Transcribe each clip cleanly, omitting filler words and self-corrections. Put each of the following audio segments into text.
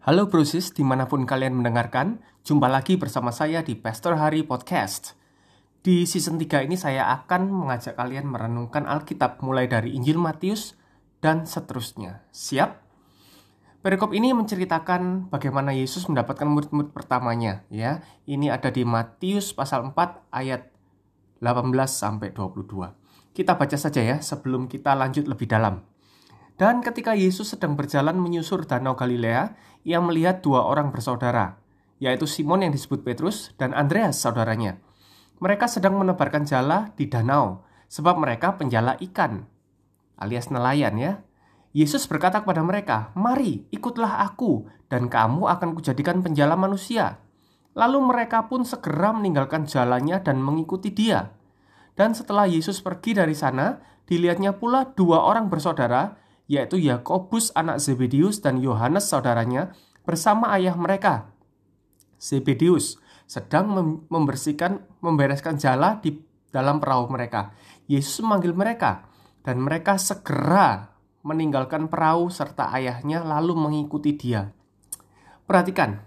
Halo Brosis, dimanapun kalian mendengarkan, jumpa lagi bersama saya di Pastor Hari Podcast. Di season 3 ini saya akan mengajak kalian merenungkan Alkitab mulai dari Injil Matius dan seterusnya. Siap? Perikop ini menceritakan bagaimana Yesus mendapatkan murid-murid pertamanya. Ya, ini ada di Matius pasal 4 ayat 18-22. Kita baca saja ya sebelum kita lanjut lebih dalam. Dan ketika Yesus sedang berjalan menyusur Danau Galilea, ia melihat dua orang bersaudara, yaitu Simon yang disebut Petrus dan Andreas saudaranya. Mereka sedang menebarkan jala di danau, sebab mereka penjala ikan, alias nelayan ya. Yesus berkata kepada mereka, "Mari, ikutlah aku, dan kamu akan kujadikan penjala manusia." Lalu mereka pun segera meninggalkan jalannya dan mengikuti dia. Dan setelah Yesus pergi dari sana, dilihatnya pula dua orang bersaudara, yaitu Yakobus anak Zebedius dan Yohanes saudaranya bersama ayah mereka. Zebedius sedang membereskan jala di dalam perahu mereka. Yesus memanggil mereka dan mereka segera meninggalkan perahu serta ayahnya lalu mengikuti dia. Perhatikan.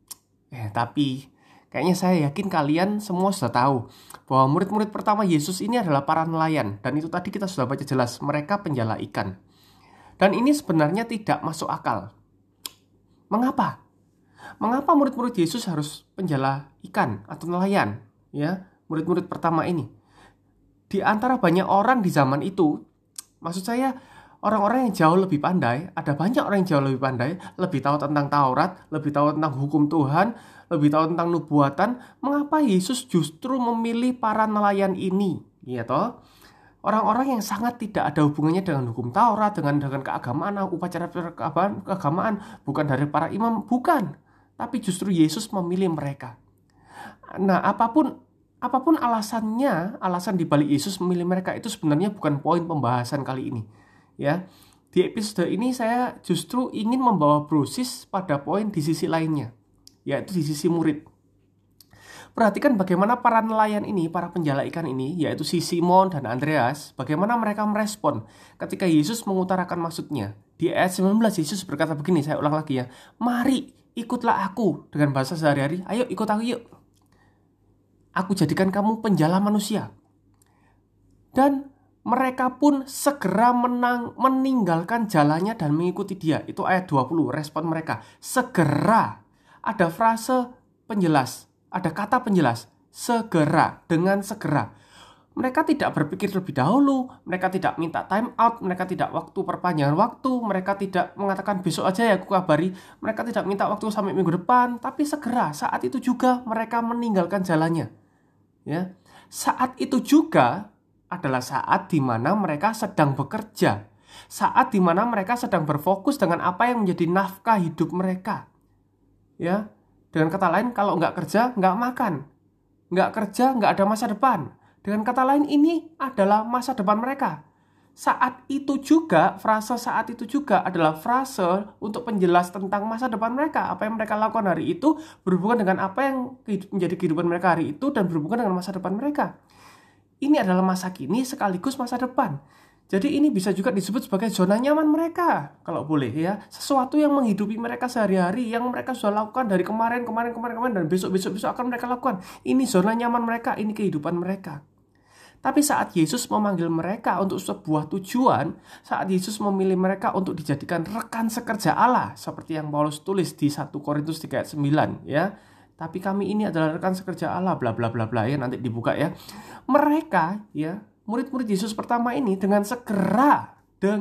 Tapi kayaknya saya yakin kalian semua sudah tahu bahwa murid-murid pertama Yesus ini adalah para nelayan, dan itu tadi kita sudah baca jelas, mereka penjala ikan. Dan ini sebenarnya tidak masuk akal. Mengapa? Mengapa murid-murid Yesus harus penjala ikan atau nelayan? Ya, murid-murid pertama ini. Di antara banyak orang di zaman itu, maksud saya orang-orang yang jauh lebih pandai, ada banyak orang yang jauh lebih pandai, lebih tahu tentang Taurat, lebih tahu tentang hukum Tuhan, lebih tahu tentang nubuatan. Mengapa Yesus justru memilih para nelayan ini? Ya toh? Orang-orang yang sangat tidak ada hubungannya dengan hukum Taurat, dengan keagamaan, upacara keagamaan, bukan dari para imam, bukan. Tapi justru Yesus memilih mereka. Nah, apapun alasannya, alasan dibalik Yesus memilih mereka itu sebenarnya bukan poin pembahasan kali ini. Ya, di episode ini saya justru ingin membawa Brosis pada poin di sisi lainnya, yaitu di sisi murid. Perhatikan bagaimana para nelayan ini, para penjala ikan ini, yaitu si Simon dan Andreas, bagaimana mereka merespon ketika Yesus mengutarakan maksudnya. Di ayat 19 Yesus berkata begini, saya ulang lagi ya. "Mari, ikutlah aku." Dengan bahasa sehari-hari, "Ayo ikut aku yuk. Aku jadikan kamu penjala manusia." Dan mereka pun segera meninggalkan jalannya dan mengikuti dia. Itu ayat 20, respon mereka. Segera. Ada frase penjelas. Ada kata penjelas, segera, dengan segera. Mereka tidak berpikir lebih dahulu, mereka tidak minta time out, mereka tidak waktu perpanjangan waktu, mereka tidak mengatakan besok aja ya aku kabari, mereka tidak minta waktu sampai minggu depan, tapi segera, saat itu juga mereka meninggalkan jalannya. Ya. Saat itu juga adalah saat di mana mereka sedang bekerja, saat di mana mereka sedang berfokus dengan apa yang menjadi nafkah hidup mereka. Ya. Dengan kata lain, kalau nggak kerja, nggak makan. Nggak kerja, nggak ada masa depan. Dengan kata lain, ini adalah masa depan mereka. Saat itu juga, frase saat itu juga adalah frase untuk penjelas tentang masa depan mereka. Apa yang mereka lakukan hari itu berhubungan dengan apa yang menjadi kehidupan mereka hari itu dan berhubungan dengan masa depan mereka. Ini adalah masa kini sekaligus masa depan. Jadi ini bisa juga disebut sebagai zona nyaman mereka, kalau boleh ya. Sesuatu yang menghidupi mereka sehari-hari, yang mereka sudah lakukan dari kemarin, dan besok akan mereka lakukan. Ini zona nyaman mereka, ini kehidupan mereka. Tapi saat Yesus memanggil mereka untuk sebuah tujuan, saat Yesus memilih mereka untuk dijadikan rekan sekerja Allah, seperti yang Paulus tulis di 1 Korintus 3 ayat 9 ya. Tapi kami ini adalah rekan sekerja Allah, bla bla bla bla ya, nanti dibuka ya. Mereka ya, murid-murid Yesus pertama ini dengan segera,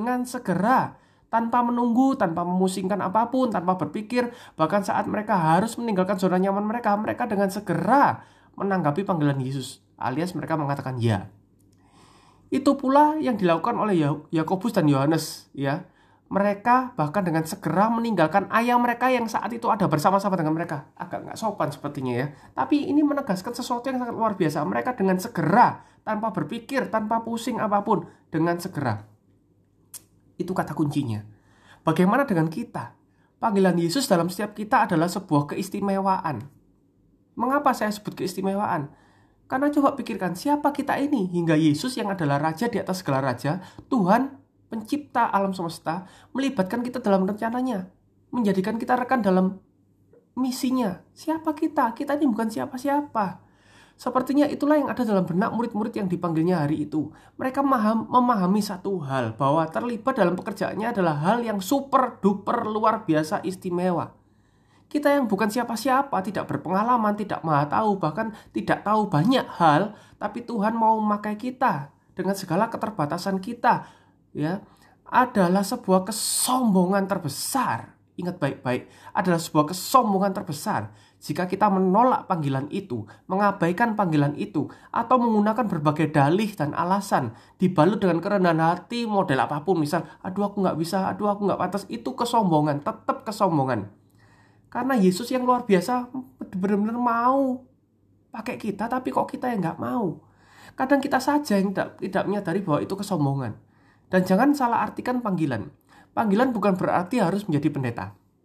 tanpa menunggu, tanpa memusingkan apapun, tanpa berpikir, bahkan saat mereka harus meninggalkan zona nyaman mereka dengan segera menanggapi panggilan Yesus, alias mereka mengatakan ya. Itu pula yang dilakukan oleh Yakobus dan Yohanes, ya. Mereka bahkan dengan segera meninggalkan ayah mereka yang saat itu ada bersama-sama dengan mereka. Agak nggak sopan sepertinya ya. Tapi ini menegaskan sesuatu yang sangat luar biasa. Mereka dengan segera, tanpa berpikir, tanpa pusing apapun, dengan segera. Itu kata kuncinya. Bagaimana dengan kita? Panggilan Yesus dalam setiap kita adalah sebuah keistimewaan. Mengapa saya sebut keistimewaan? Karena coba pikirkan, siapa kita ini? Hingga Yesus yang adalah Raja di atas segala raja, Tuhan pencipta alam semesta, melibatkan kita dalam rencananya. menjadikan kita rekan dalam misinya. Siapa kita? Kita ini bukan siapa-siapa. Sepertinya itulah yang ada dalam benak murid-murid yang dipanggilnya hari itu. Mereka memahami satu hal, bahwa terlibat dalam pekerjaannya adalah hal yang super duper luar biasa istimewa. Kita yang bukan siapa-siapa, tidak berpengalaman, tidak maha tahu, bahkan tidak tahu banyak hal, tapi Tuhan mau memakai kita dengan segala keterbatasan kita, ya, adalah sebuah kesombongan terbesar. Ingat baik-baik, adalah sebuah kesombongan terbesar jika kita menolak panggilan itu, mengabaikan panggilan itu, atau menggunakan berbagai dalih dan alasan dibalut dengan kerendahan hati model apapun. Misal, aduh aku nggak bisa, aduh aku nggak pantas. Itu kesombongan, tetap kesombongan. Karena Yesus yang luar biasa benar-benar mau pakai kita, tapi kok kita yang nggak mau. Kadang kita saja yang tidak menyadari bahwa itu kesombongan. Dan jangan salah artikan panggilan. Panggilan bukan berarti harus menjadi pendeta.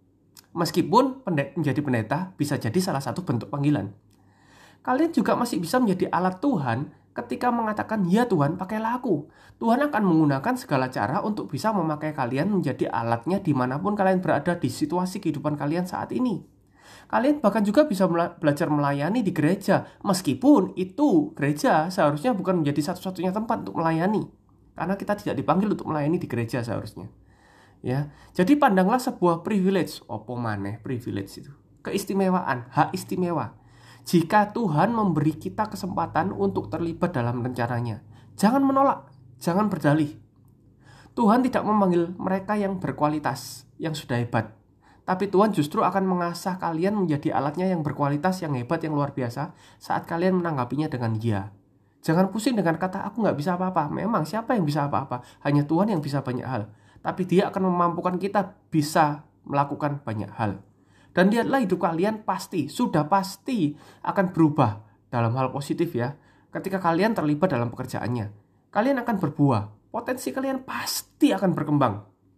Meskipun menjadi pendeta bisa jadi salah satu bentuk panggilan. Kalian juga masih bisa menjadi alat Tuhan ketika mengatakan, ya Tuhan, pakailah aku. Tuhan akan menggunakan segala cara untuk bisa memakai kalian menjadi alatnya dimanapun kalian berada di situasi kehidupan kalian saat ini. Kalian bahkan juga bisa belajar melayani di gereja. Meskipun itu gereja seharusnya bukan menjadi satu-satunya tempat untuk melayani. Karena kita tidak dipanggil untuk melayani di gereja seharusnya. Ya, jadi pandanglah sebuah privilege, privilege itu, keistimewaan, hak istimewa. Jika Tuhan memberi kita kesempatan untuk terlibat dalam rencananya, jangan menolak, jangan berdalih. Tuhan tidak memanggil mereka yang berkualitas, yang sudah hebat, tapi Tuhan justru akan mengasah kalian menjadi alatnya yang berkualitas, yang hebat, yang luar biasa saat kalian menanggapinya dengan ya. Jangan pusing dengan kata aku nggak bisa apa-apa. Memang siapa yang bisa apa-apa? Hanya Tuhan yang bisa banyak hal. Tapi Dia akan memampukan kita bisa melakukan banyak hal. Dan lihatlah hidup kalian sudah pasti akan berubah dalam hal positif ya. Ketika kalian terlibat dalam pekerjaannya, kalian akan berbuah. Potensi kalian pasti akan berkembang.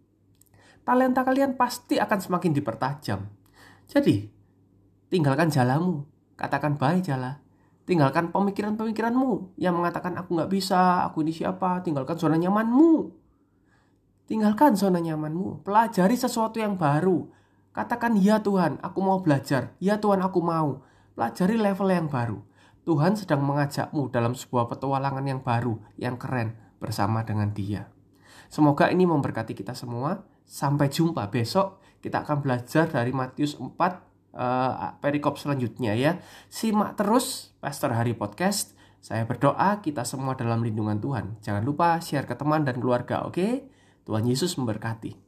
Talenta kalian pasti akan semakin dipertajam. Jadi, tinggalkan jalamu. Katakan bye jala. Tinggalkan pemikiran-pemikiranmu yang mengatakan aku nggak bisa, aku ini siapa. Tinggalkan zona nyamanmu. Tinggalkan zona nyamanmu. Pelajari sesuatu yang baru. Katakan ya Tuhan, aku mau belajar. Ya Tuhan, aku mau. Pelajari level yang baru. Tuhan sedang mengajakmu dalam sebuah petualangan yang baru, yang keren bersama dengan Dia. Semoga ini memberkati kita semua. Sampai jumpa besok. Kita akan belajar dari Matius 4 perikop selanjutnya ya. Simak terus Pastor Hari Podcast. Saya berdoa kita semua dalam lindungan Tuhan. Jangan lupa share ke teman dan keluarga, oke? Tuhan Yesus memberkati.